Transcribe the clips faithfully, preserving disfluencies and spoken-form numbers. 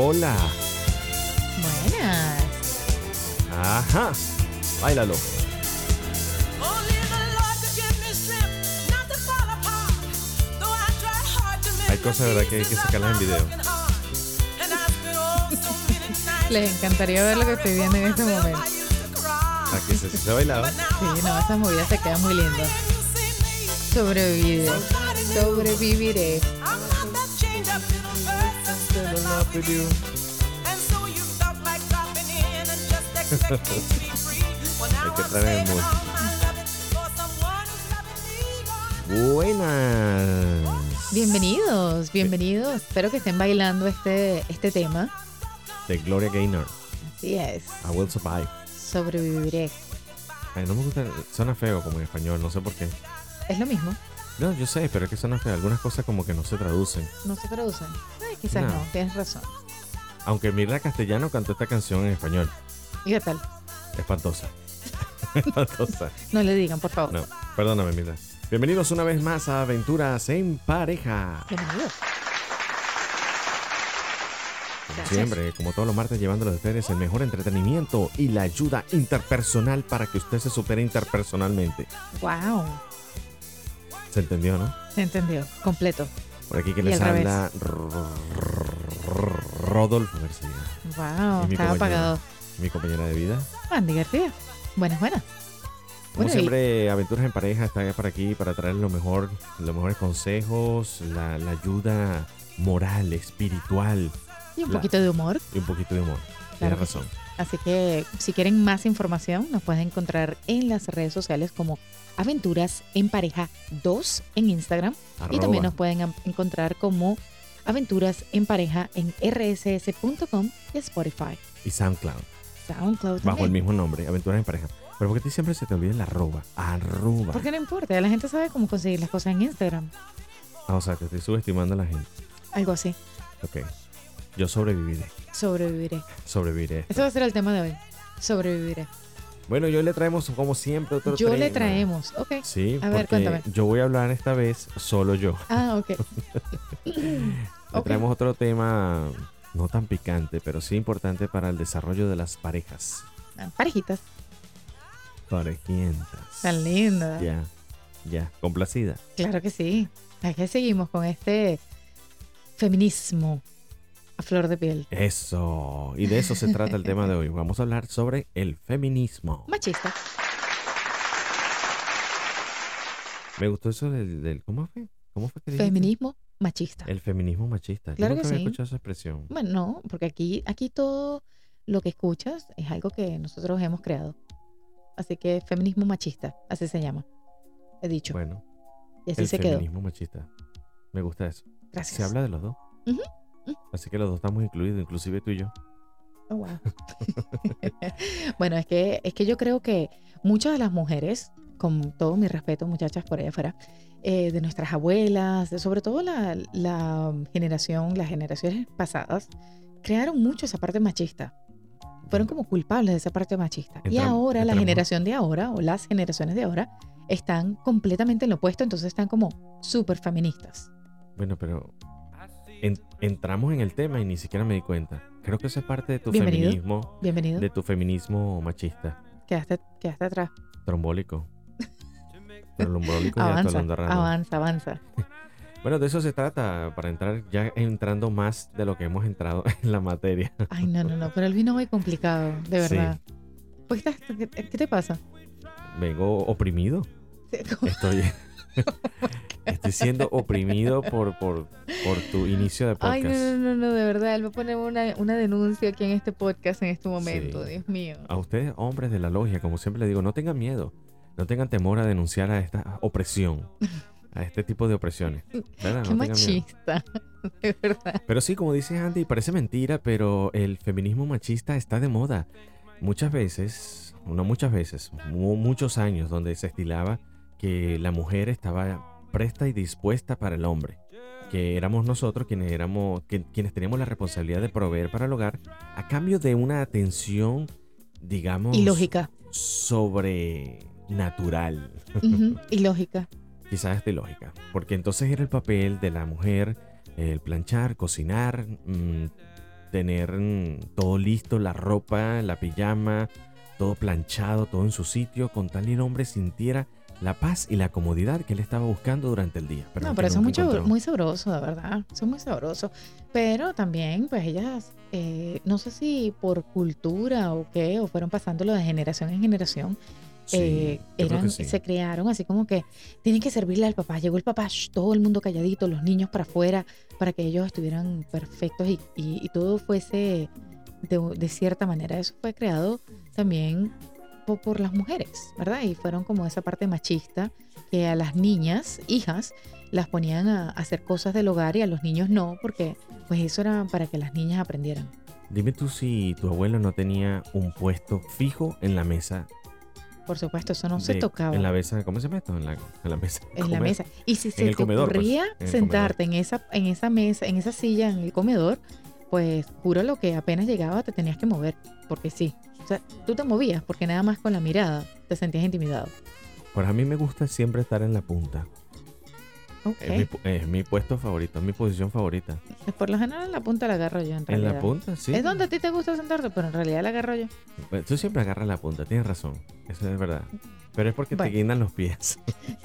hola. Buenas. Ajá. Báilalo. Hay cosas de verdad que hay que sacarlas en video. Les encantaría ver lo que estoy viendo en este momento. Aquí se, se ha bailado. Sí, no, esas movidas se quedan muy lindas. Sobreviviré. Sobreviviré. Hay que traer el mood. Buenas. Bienvenidos, bienvenidos. Espero que estén bailando este, este tema. De Gloria Gaynor. Así es. I Will Survive. Sobreviviré. Ay, no me gusta, suena feo como en español, no sé por qué. Es lo mismo. No, yo sé, pero es que suena feo. Algunas cosas como que no se traducen. No se traducen. Ay, quizás No. no, tienes razón. Aunque Mirla Castellano cantó esta canción en español. ¿Y qué tal? Espantosa. Espantosa. No le digan, por favor. No, perdóname, Mirla. Bienvenidos una vez más a Aventuras en Pareja. Bienvenidos. Como Gracias. siempre, como todos los martes, llevándoles a ustedes el mejor entretenimiento y la ayuda interpersonal para que usted se supere interpersonalmente. Wow. ¿Se entendió, no? Se entendió. Completo. Por aquí que Y les al revés. habla Rodolfo García. Wow. Y mi Estaba compañero. apagado. Mi compañera de vida. Andy García. Buenas, buenas. Como Bueno, y- siempre, Aventuras en Pareja está por aquí para traer lo mejor, los mejores consejos, la, la ayuda moral, espiritual Y un La- poquito de humor. y un poquito de humor. Claro Tienes que razón. Así que si quieren más información, nos pueden encontrar en las redes sociales como Aventuras en Pareja dos en Instagram. Y Arroba. también nos pueden am- encontrar como Aventuras en Pareja en erre ese ese punto com y Spotify. Y SoundCloud, SoundCloud bajo el también. mismo nombre, Aventuras en Pareja. Pero porque a ti siempre se te olvida el arroba. Arroba. Porque no importa, la gente sabe cómo conseguir las cosas en Instagram. Ah, o sea, te estoy subestimando a la gente. Algo así. Ok. Yo sobreviviré. Sobreviviré. Sobreviviré. Ese va a ser el tema de hoy. Sobreviviré. Bueno, y hoy le traemos, como siempre, otro Yo le tema. traemos. Ok. Sí, A ver, porque cuéntame. yo voy a hablar esta vez solo yo. Ah, ok. Le Ok. traemos otro tema no tan picante, pero sí importante para el desarrollo de las parejas. Ah, Parejitas. Parejientas. Tan linda. Ya, ya, complacida. Claro que sí. Aquí seguimos con este feminismo a flor de piel. Eso. Y de eso se trata el tema de hoy. Vamos a hablar sobre el feminismo. Machista. Me gustó eso del, del ¿cómo fue? ¿Cómo fue que dijiste? Feminismo machista. El feminismo machista. Claro Yo nunca que había sí. escuchado esa expresión. Bueno, no, porque aquí, aquí todo lo que escuchas es algo que nosotros hemos creado. Así que feminismo machista, así se llama. He dicho. Bueno, y así el se quedó. feminismo machista. Me gusta eso. Gracias. Se habla de los dos. Ujú. Así que los dos estamos incluidos, inclusive tú y yo. Oh, wow. Bueno, es que, es que yo creo que muchas de las mujeres, con todo mi respeto, muchachas por allá afuera, eh, de nuestras abuelas, de sobre todo la, la generación, las generaciones pasadas, crearon mucho esa parte machista. Fueron como culpables de esa parte machista. y Entram- ahora la entramos- generación de ahora, o las generaciones de ahora, están completamente en lo opuesto, entonces están como súper feministas. Bueno, pero en- entramos en el tema y ni siquiera me di cuenta. Creo que eso es parte de tu Bienvenido. feminismo, Bienvenido. de tu feminismo machista, Quedaste, quedaste atrás. trombólico. Pero el trombólico ya está Avanza, hablando raro. avanza, avanza. Bueno, de eso se trata, para entrar ya entrando más de lo que hemos entrado en la materia. Ay, no, no, no, pero el vino hoy complicado, de Sí. verdad. Pues, ¿estás- ¿qué, qué te pasa? Vengo oprimido. Estoy, estoy siendo oprimido por, por, por tu inicio de podcast. Ay, no, no, no, no, de verdad, él va a poner una, una denuncia aquí en este podcast en este momento, Sí. Dios mío. A ustedes, hombres de la logia, como siempre les digo, no tengan miedo, no tengan temor a denunciar a esta opresión, a este tipo de opresiones. ¿Verdad? Qué No tengan miedo. machista, de verdad. Pero sí, como dice Andy, parece mentira, pero el feminismo machista está de moda. Muchas veces, no muchas veces, hubo muchos años donde se estilaba que la mujer estaba presta y dispuesta para el hombre. Que éramos nosotros quienes éramos, que- quienes teníamos la responsabilidad de proveer para el hogar a cambio de una atención, digamos, Ilógica. sobrenatural. Ujú, ilógica. Quizás es ilógica, porque entonces era el papel de la mujer el planchar, cocinar, mm, tener mm, todo listo, la ropa, la pijama, todo planchado, todo en su sitio, con tal y el hombre sintiera la paz y la comodidad que él estaba buscando durante el día. No, pero eso es mucho, muy sabroso, de verdad. Eso es muy sabroso. Pero también, pues ellas, eh, no sé si por cultura o qué, o fueron pasándolo de generación en generación, Sí, eh, yo creo eran, que sí. se crearon así como que tienen que servirle al papá. Llegó el papá, shh, todo el mundo calladito, los niños para afuera, para que ellos estuvieran perfectos y, y, y todo fuese de, de cierta manera. Eso fue creado también por, por las mujeres, ¿verdad? Y fueron como esa parte machista que a las niñas, hijas, las ponían a, a hacer cosas del hogar y a los niños no, porque pues eso era para que las niñas aprendieran. Dime tú si tu abuelo no tenía un puesto fijo en la mesa. Por supuesto, eso no de- se tocaba. En la mesa, ¿cómo se llama esto? En la, en la mesa. de En la comer. mesa. Y si se el te comedor, pues, ocurría en el sentarte en esa, en esa mesa, en esa silla, en el comedor, pues juro lo que apenas llegaba te tenías que mover, porque sí. O sea, tú te movías porque nada más con la mirada te sentías intimidado. Pues a mí me gusta siempre estar en la punta. Ok. Es, mi, pu- es mi puesto favorito, es mi posición favorita. Por lo general la punta la agarro yo en En realidad. la punta, sí. Es donde a ti te gusta sentarte, pero en realidad la agarro yo. Pues, tú siempre agarras la punta, tienes razón. Eso es verdad. Pero es porque Bueno. te guindan los pies.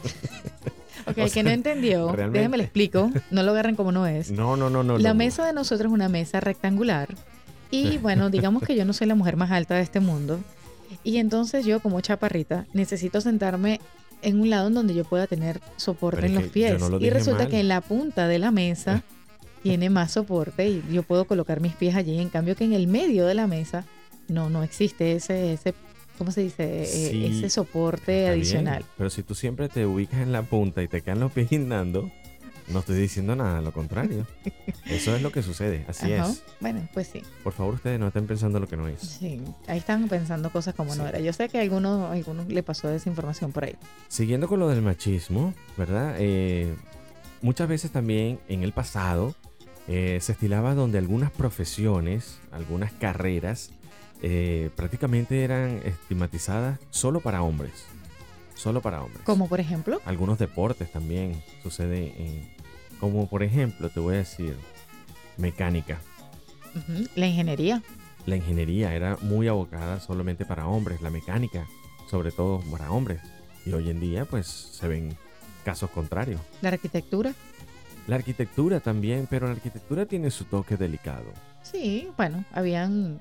Ok, O el que sea, no entendió, realmente- déjeme le explico. No lo agarren como no es. No, no, no, no. La no. mesa de nosotros es una mesa rectangular y bueno, digamos que yo no soy la mujer más alta de este mundo y entonces yo como chaparrita necesito sentarme en un lado en donde yo pueda tener soporte Pero en es los que yo pies no lo y dije resulta mal. que en la punta de la mesa tiene más soporte y yo puedo colocar mis pies allí, en cambio que en el medio de la mesa no, no existe ese, ese ¿cómo se dice? Eh, Sí, ese soporte Está adicional. bien, pero si tú siempre te ubicas en la punta y te quedan los pies guindando, no estoy diciendo nada, lo contrario. Eso es lo que sucede, así Ajá. es. Bueno, pues sí. Por favor, ustedes no estén pensando lo que no es. Sí, ahí están pensando cosas como no Sí. era. Yo sé que a algunos, a algunos le pasó desinformación por ahí. Siguiendo con lo del machismo, ¿verdad? Eh, muchas veces también en el pasado eh, se estilaba donde algunas profesiones, algunas carreras, eh, prácticamente eran estigmatizadas solo para hombres. Solo para hombres. Como por ejemplo, Algunos deportes también sucede en, como por ejemplo, te voy a decir, mecánica. ujú, la ingeniería, La ingeniería era muy abocada solamente para hombres, la mecánica, sobre todo para hombres. Y hoy en día, pues, se ven casos contrarios. la arquitectura. La arquitectura también, pero la arquitectura tiene su toque delicado. Sí, bueno, habían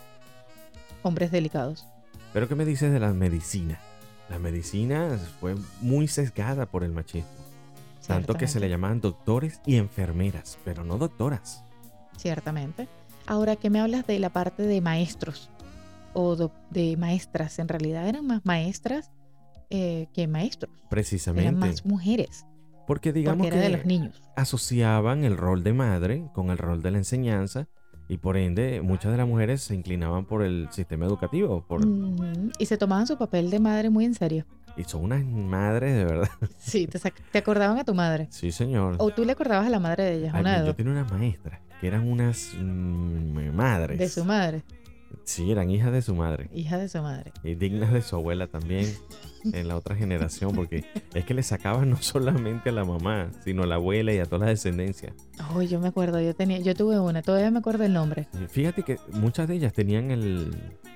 hombres delicados. Pero ¿qué me dices de la medicina? La medicina fue muy sesgada por el machismo. Tanto que se le Ciertamente, llamaban doctores y enfermeras, pero no doctoras. Ciertamente. Ahora, ¿qué me hablas de la parte de maestros o do- de maestras? En realidad eran más maestras eh, que maestros. Eran Precisamente. más mujeres, Porque digamos porque era de los que niños. asociaban el rol de madre con el rol de la enseñanza y por ende muchas de las mujeres se inclinaban por el sistema educativo por, Ujú, y se tomaban su papel de madre muy en serio. y son unas madres de verdad. Sí, te, sac- te acordaban a tu madre. Sí, señor. O tú le acordabas a la madre de ellas, Ay, una de yo dos. tenía unas maestras que eran unas mm, madres. De su madre, Sí, eran hijas de su madre. hija de su madre. Y dignas de su abuela también en la otra generación, porque es que le sacaban no solamente a la mamá, sino a la abuela y a toda la descendencia. Oh, yo me acuerdo, yo tenía, yo tuve una, todavía me acuerdo el nombre. Y fíjate que muchas de ellas tenían el...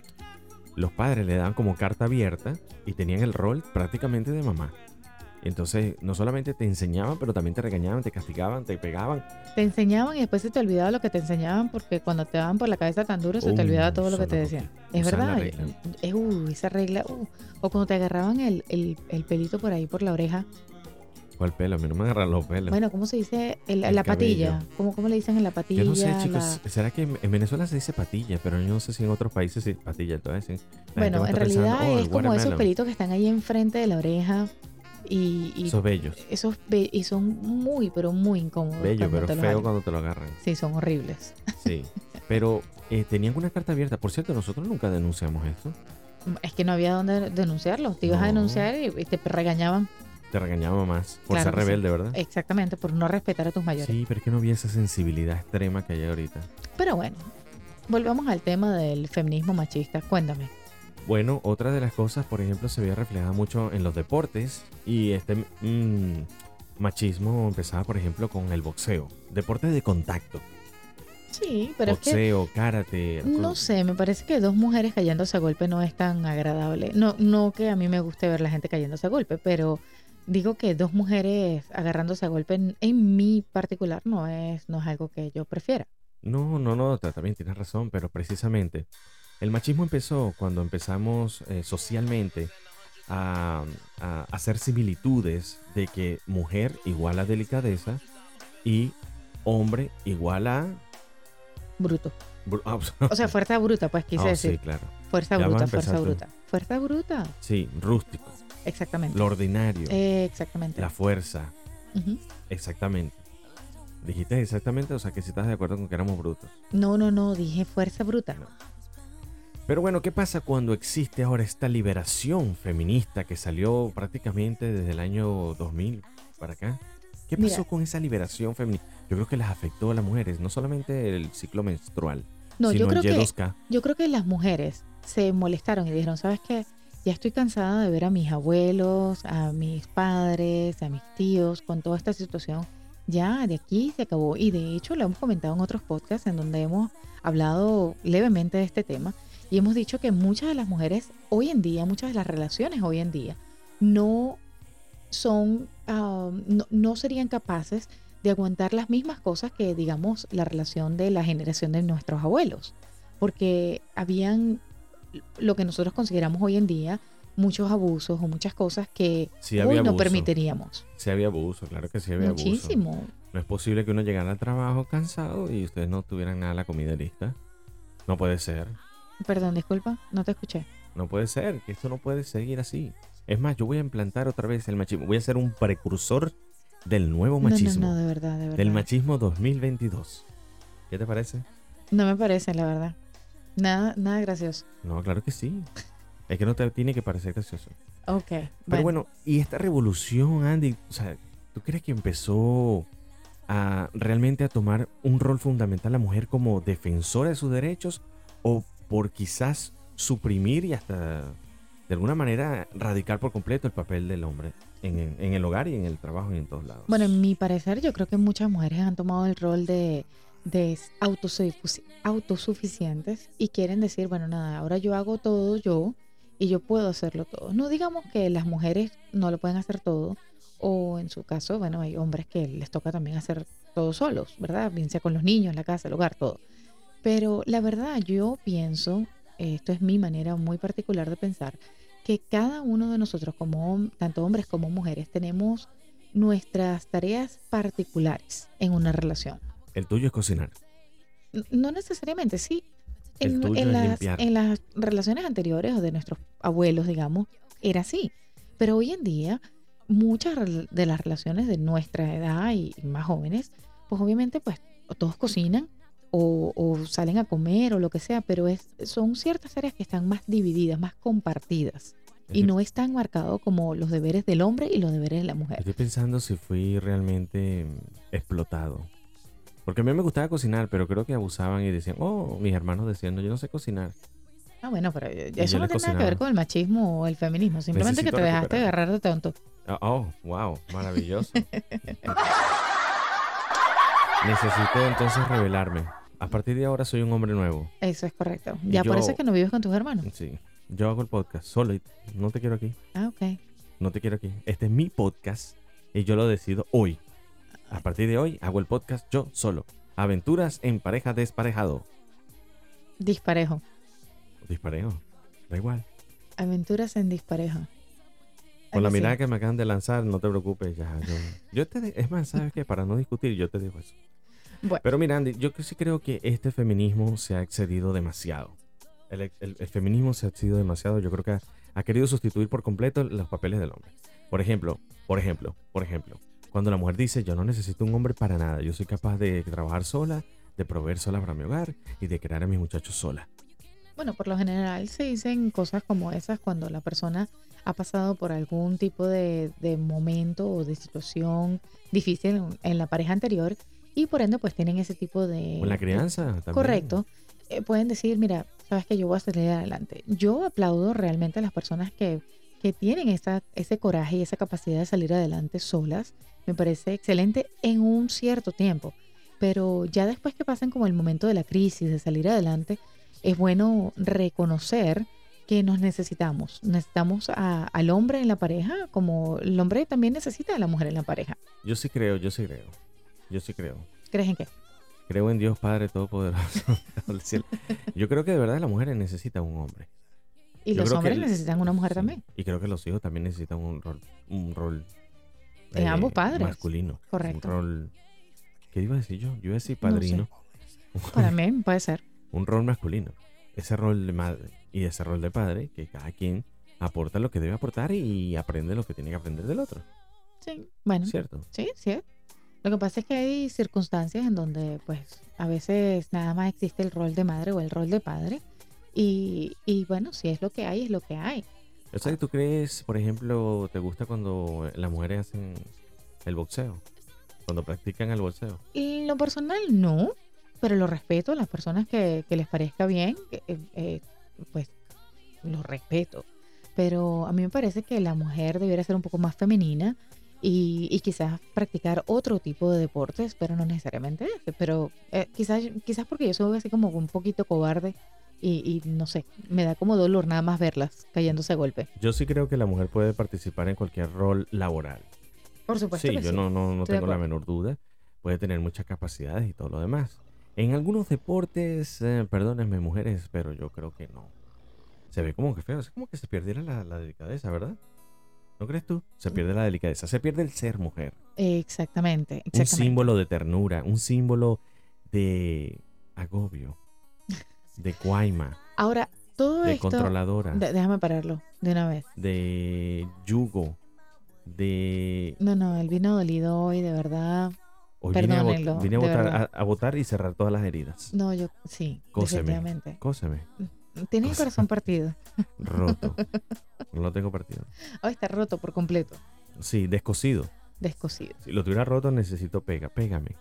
Los padres le daban como carta abierta y tenían el rol prácticamente de mamá. Entonces, no solamente te enseñaban, pero también te regañaban, te castigaban, te pegaban. Te enseñaban y después se te olvidaba lo que te enseñaban porque cuando te daban por la cabeza tan duro se te Uh, olvidaba todo lo que solo te decían. poquito. Es Usaban la verdad. regla. Eh, uh, esa regla. uh. O cuando te agarraban el, el, el pelito por ahí por la oreja. ¿Cuál pelo? A mí no me agarran los pelos. Bueno, ¿cómo se dice? El- El la patilla. cabello. ¿Cómo, ¿Cómo le dicen en la patilla? Yo no sé, la- chicos. ¿Será que en en Venezuela se dice patilla? Pero yo no sé si en otros países sí patilla. Entonces, sí. La gente Bueno, va a en estar realidad pensando, "Oh, el es como esos watermelon". pelitos que están ahí enfrente de la oreja y, y Esos bellos. esos be- y son muy, pero muy incómodos. Bello, cuando pero te los feo jalan. cuando te lo agarran. Sí, son horribles. Sí. Pero eh, tenían una carta abierta. Por cierto, nosotros nunca denunciamos esto. Es que no había dónde denunciarlo. Te ibas a No. denunciar y, y te regañaban. Te regañaba más por Claro ser que sí. rebelde, ¿verdad? Exactamente, por no respetar a tus mayores. Sí, pero es que no había esa sensibilidad extrema que hay ahorita. Pero bueno, volvamos al tema del feminismo machista. Cuéntame. Bueno, otra de las cosas, por ejemplo, se veía reflejada mucho en los deportes y este mm, machismo empezaba, por ejemplo, con el boxeo. Deportes de contacto. Sí, pero es que Boxeo, karate. no sé, me parece que dos mujeres cayéndose a golpe no es tan agradable. No, no que a mí me guste ver la gente cayéndose a golpe, pero digo que dos mujeres agarrándose a golpe en, en mi particular no es, no es algo que yo prefiera. No, no, no, ta- también tienes razón, pero precisamente el machismo empezó cuando empezamos eh, socialmente a, a hacer similitudes de que mujer igual a delicadeza y hombre igual a... Bruto. bru- ah, O sea, fuerza bruta, pues quise oh, decir. sí, claro. Fuerza Ya vas a bruta, empezar fuerza tú. bruta. Fuerza bruta. Sí, rústico, Exactamente. lo ordinario, Eh, exactamente. la fuerza, Ujú. exactamente. Dijiste exactamente, o sea que si estás de acuerdo con que éramos brutos. No, no, no, dije fuerza bruta. No. Pero bueno, ¿qué pasa cuando existe ahora esta liberación feminista que salió prácticamente desde el año dos mil para acá? ¿Qué pasó Mira. con esa liberación feminista? Yo creo que les afectó a las mujeres, no solamente el ciclo menstrual, No, yo sino creo el Y que dos K. yo creo que las mujeres se molestaron y dijeron, ¿sabes qué? Ya estoy cansada de ver a mis abuelos, a mis padres, a mis tíos con toda esta situación. Ya de aquí se acabó. Y de hecho lo hemos comentado en otros podcasts en donde hemos hablado levemente de este tema y hemos dicho que muchas de las mujeres hoy en día, muchas de las relaciones hoy en día no son, ah, no, no serían capaces de aguantar las mismas cosas que, digamos, la relación de la generación de nuestros abuelos. Porque habían lo que nosotros consideramos hoy en día muchos abusos o muchas cosas que Sí hoy había no abuso. permitiríamos. Sí había abuso, claro que sí había abuso. Muchísimo. No es posible que uno llegara al trabajo cansado y ustedes no tuvieran nada de la comida lista. No puede ser. Perdón, disculpa, no te escuché. No puede ser, que esto no puede seguir así. Es más, yo voy a implantar otra vez el machismo. Voy a ser un precursor del nuevo No, machismo. no, no, de verdad, de verdad. Del machismo dos mil veintidós. ¿Qué te parece? No me parece, la verdad. Nada, nada gracioso. No, claro que sí. Es que no te tiene que parecer gracioso. Ok. Pero bueno, y esta revolución, Andy, o sea, ¿tú crees que empezó a realmente a tomar un rol fundamental la mujer como defensora de sus derechos o por quizás suprimir y hasta de alguna manera radicar por completo el papel del hombre en, en- en el hogar y en el trabajo y en todos lados? Bueno, en mi parecer, yo creo que muchas mujeres han tomado el rol de, de autosufici- autosuficientes y quieren decir, bueno, nada, ahora yo hago todo yo y yo puedo hacerlo todo. No digamos que las mujeres no lo pueden hacer todo, o en su caso, bueno, hay hombres que les toca también hacer todo solos, ¿verdad? Bien sea con los niños, la casa, el hogar, todo. Pero la verdad, yo pienso, eh, esto es mi manera muy particular de pensar, que cada uno de nosotros, como hom- tanto hombres como mujeres, tenemos nuestras tareas particulares en una relación. El tuyo es cocinar. N- No necesariamente, sí. El En, tuyo en es las, limpiar. en las relaciones anteriores o de nuestros abuelos, digamos, era así. Pero hoy en día, muchas rel- de las relaciones de nuestra edad y más jóvenes, pues obviamente, pues o todos cocinan o, o salen a comer o lo que sea, pero es, son ciertas áreas que están más divididas, más compartidas. Y Estoy- no es tan marcado como los deberes del hombre y los deberes de la mujer. Estoy pensando si fui realmente mm, explotado. Porque a mí me gustaba cocinar, pero creo que abusaban y decían, oh, mis hermanos decían, no, yo no sé cocinar. Ah, bueno, pero eh, Y eso yo no les tiene nada que ver cocinaba. con el machismo o el feminismo. Simplemente Necesito que te dejaste recuperar. agarrar de tonto. Oh, oh, wow, maravilloso. Necesito entonces revelarme. A partir de ahora soy un hombre nuevo. Eso es correcto. Y Ya por eso yo- es que no vives con tus hermanos. Sí, yo hago el podcast solo y no te quiero aquí. Ah, ok. No te quiero aquí. Este es mi podcast y yo lo decido hoy. A partir de hoy hago el podcast yo solo. Aventuras en pareja desparejado. Disparejo. Disparejo. Da igual. Aventuras en disparejo. Con la Algo así. mirada que me acaban de lanzar, no te preocupes. Ya, yo, yo te de- es más, ¿sabes qué? Para no discutir, yo te digo eso. Bueno, Pero mira, Andy, yo que sí creo que este feminismo se ha excedido demasiado. El, el- el feminismo se ha excedido demasiado. Yo creo que ha, ha querido sustituir por completo los papeles del hombre. Por ejemplo, por ejemplo, por ejemplo, cuando la mujer dice, yo no necesito un hombre para nada. Yo soy capaz de trabajar sola, de proveer sola para mi hogar y de crear a mis muchachos sola. bueno, por lo general se dicen cosas como esas cuando la persona ha pasado por algún tipo de, de momento o de situación difícil en, en la pareja anterior y por ende pues tienen ese tipo de... Con la crianza también. Correcto. Eh, pueden decir, mira, sabes que yo voy a salir adelante. Yo aplaudo realmente a las personas que, que tienen esa, ese coraje y esa capacidad de salir adelante solas. Me parece excelente en un cierto tiempo. pero ya después que pasen como el momento de la crisis, de salir adelante, es bueno reconocer que nos necesitamos. Necesitamos a- al hombre en la pareja, como el hombre también necesita a la mujer en la pareja. Yo sí creo, yo sí creo. Yo sí creo. ¿Crees en qué? Creo en Dios Padre Todopoderoso del cielo. Yo creo que de verdad las mujeres necesitan un hombre. Y Yo los creo que hombres el- necesitan una mujer sí, también. Y creo que los hijos también necesitan un rol, un rol En ambos padres. masculino. Correcto. Un rol. ¿Qué iba a decir yo? Yo iba a decir padrino. Para mí puede ser. Un rol masculino. Ese rol de madre y ese rol de padre, que cada quien aporta lo que debe aportar y aprende lo que tiene que aprender del otro. Sí, bueno. ¿Cierto? Sí, sí. Lo que pasa es que hay circunstancias en donde, pues, a veces nada más existe el rol de madre o el rol de padre. Y, y bueno, si es lo que hay, es lo que hay. O sea, ¿tú crees, por ejemplo, te gusta cuando las mujeres hacen el boxeo? Cuando practican el boxeo. En lo personal, no, pero lo respeto. Las personas que, que les parezca bien, que, eh, eh, pues, lo respeto. Pero a mí me parece que la mujer debiera ser un poco más femenina y, y quizás practicar otro tipo de deportes, pero no necesariamente ese. Pero eh, quizás, quizás porque yo soy así como un poquito cobarde y, y no sé, me da como dolor nada más verlas cayéndose a golpe. Yo sí creo que la mujer puede participar en cualquier rol laboral. Por supuesto Sí, que yo sí. no, no, no Estoy de tengo la acuerdo. menor duda. Puede tener muchas capacidades y todo lo demás. En algunos deportes, eh, perdónenme mujeres, pero yo creo que no. Se ve como que feo, es como que se perdiera la, la delicadeza, ¿verdad? ¿No crees tú? Se pierde la delicadeza, se pierde el ser mujer. Exactamente, Un exactamente. símbolo de ternura, un símbolo de agobio, de cuaima, Ahora, todo de esto, controladora, de- déjame pararlo de una vez. de yugo, de... No, no, el vino dolido hoy, de verdad. Hoy vine a, bot- Perdónenlo, vine a, de botar- verdad. a, a botar y cerrar todas las heridas. No, yo sí, Cóseme, definitivamente. cóseme, Tiene el corazón partido. roto. No lo tengo partido. Hoy está roto por completo, Sí, descosido. descosido. Si lo tuviera roto necesito pega, pégame.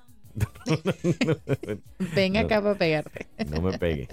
Ven No. acá para pegarte. No me pegue.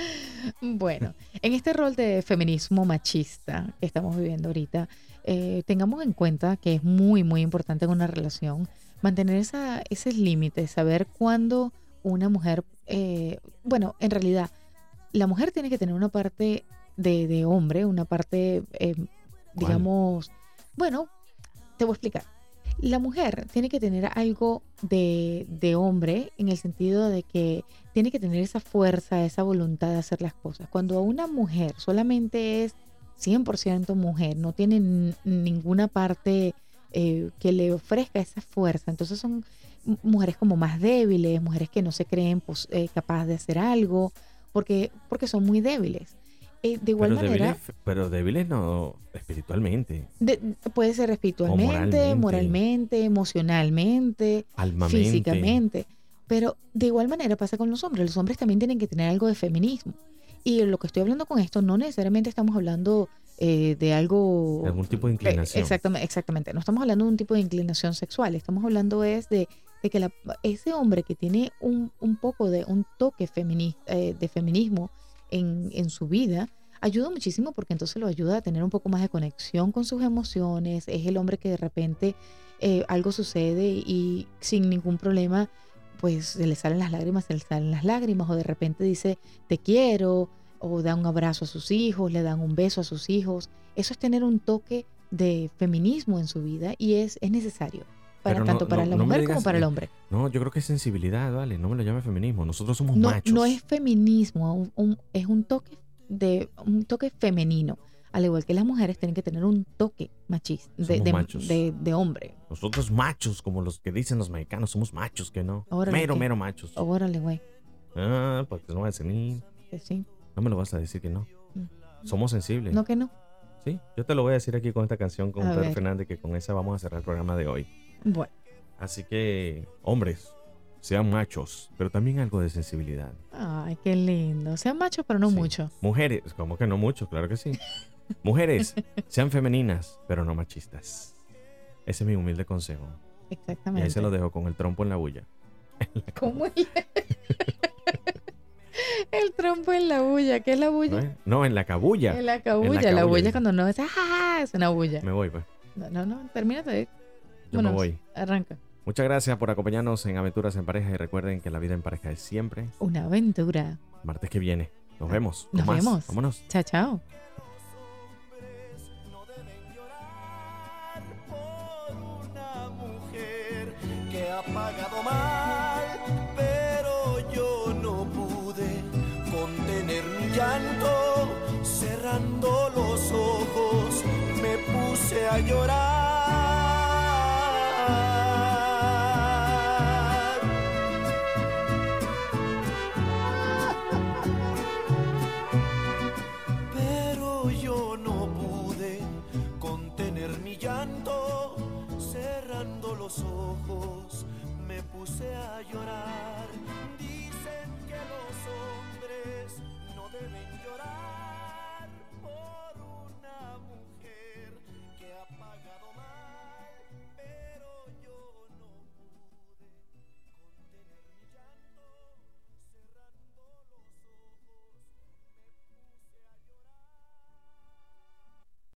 Bueno, en este rol de feminismo machista que estamos viviendo ahorita, eh, tengamos en cuenta que es muy, muy importante en una relación mantener esa, esos límites, saber cuándo una mujer, eh, bueno, en realidad, la mujer tiene que tener una parte de, de hombre, una parte, eh, digamos, bueno, te voy a explicar. La mujer tiene que tener algo de, de hombre en el sentido de que tiene que tener esa fuerza, esa voluntad de hacer las cosas. Cuando una mujer solamente es cien por ciento mujer, no tiene n- ninguna parte eh, que le ofrezca esa fuerza, entonces son m- mujeres como más débiles, mujeres que no se creen pues, eh, capaces de hacer algo, porque, porque son muy débiles. Eh, de igual Pero manera, débiles, pero débiles no espiritualmente, de- puede ser espiritualmente, moralmente. moralmente, emocionalmente, almamente. físicamente. Pero de igual manera pasa con los hombres. Los hombres también tienen que tener algo de feminismo. Y lo que estoy hablando con esto, no necesariamente estamos hablando eh, de algo... De algún tipo de eh, inclinación. exactamente, exactamente. No estamos hablando de un tipo de inclinación sexual. Estamos hablando es de, de que la- ese hombre que tiene un, un poco de un toque femini- eh, de feminismo en, en su vida, ayuda muchísimo porque entonces lo ayuda a tener un poco más de conexión con sus emociones. Es el hombre que de repente eh, algo sucede y sin ningún problema pues se le salen las lágrimas, se le salen las lágrimas, o de repente dice te quiero, o da un abrazo a sus hijos, le dan un beso a sus hijos. Eso es tener un toque de feminismo en su vida y es, es necesario, para, Pero no- tanto para no- la no me mujer digas, como para el eh, hombre. No, yo creo que es sensibilidad, vale. No me lo llame feminismo. Nosotros somos No, machos. no es feminismo, un- un- es un toque de un toque femenino. Al igual que las mujeres tienen que tener un toque machista, de, Somos de, machos. de- de hombre. Nosotros machos, como los que dicen los mexicanos, somos machos, que no. Órale, mero, ¿qué? mero machos. Órale, güey. Ah, porque no vas a decir, Que sí. no me lo vas a decir que no. Mm. Somos sensibles. No que no. Sí, yo te lo voy a decir aquí con esta canción con A Pedro ver. Fernández, que con esa vamos a cerrar el programa de hoy. Bueno, Así que, hombres, sean machos, pero también algo de sensibilidad. ay, qué lindo. Sean machos, pero no Sí. mucho. Mujeres, como que no mucho, claro que sí. Mujeres, sean femeninas, pero no machistas. Ese es mi humilde consejo. Y Exactamente. ahí se lo dejo con el trompo en la bulla. ¿Cómo es? El trompo en la bulla. ¿Qué es la ¿No, bulla? es? No, en la cabulla. Es la cabulla. En la La cabulla, bulla dice. es cuando no es, ¡ah! Es una bulla. Me voy, pues. No, no, no. Termínate de ir. Yo me Vámonos. voy. Arranca. Muchas gracias por acompañarnos en Aventuras en Pareja y recuerden que la vida en pareja es siempre una aventura. Martes que viene. Nos vemos. Nos Con más. vemos. Vámonos. Chao, chao. Que ha pagado mal, pero yo no pude contener mi llanto. Cerrando los ojos, me puse a llorar.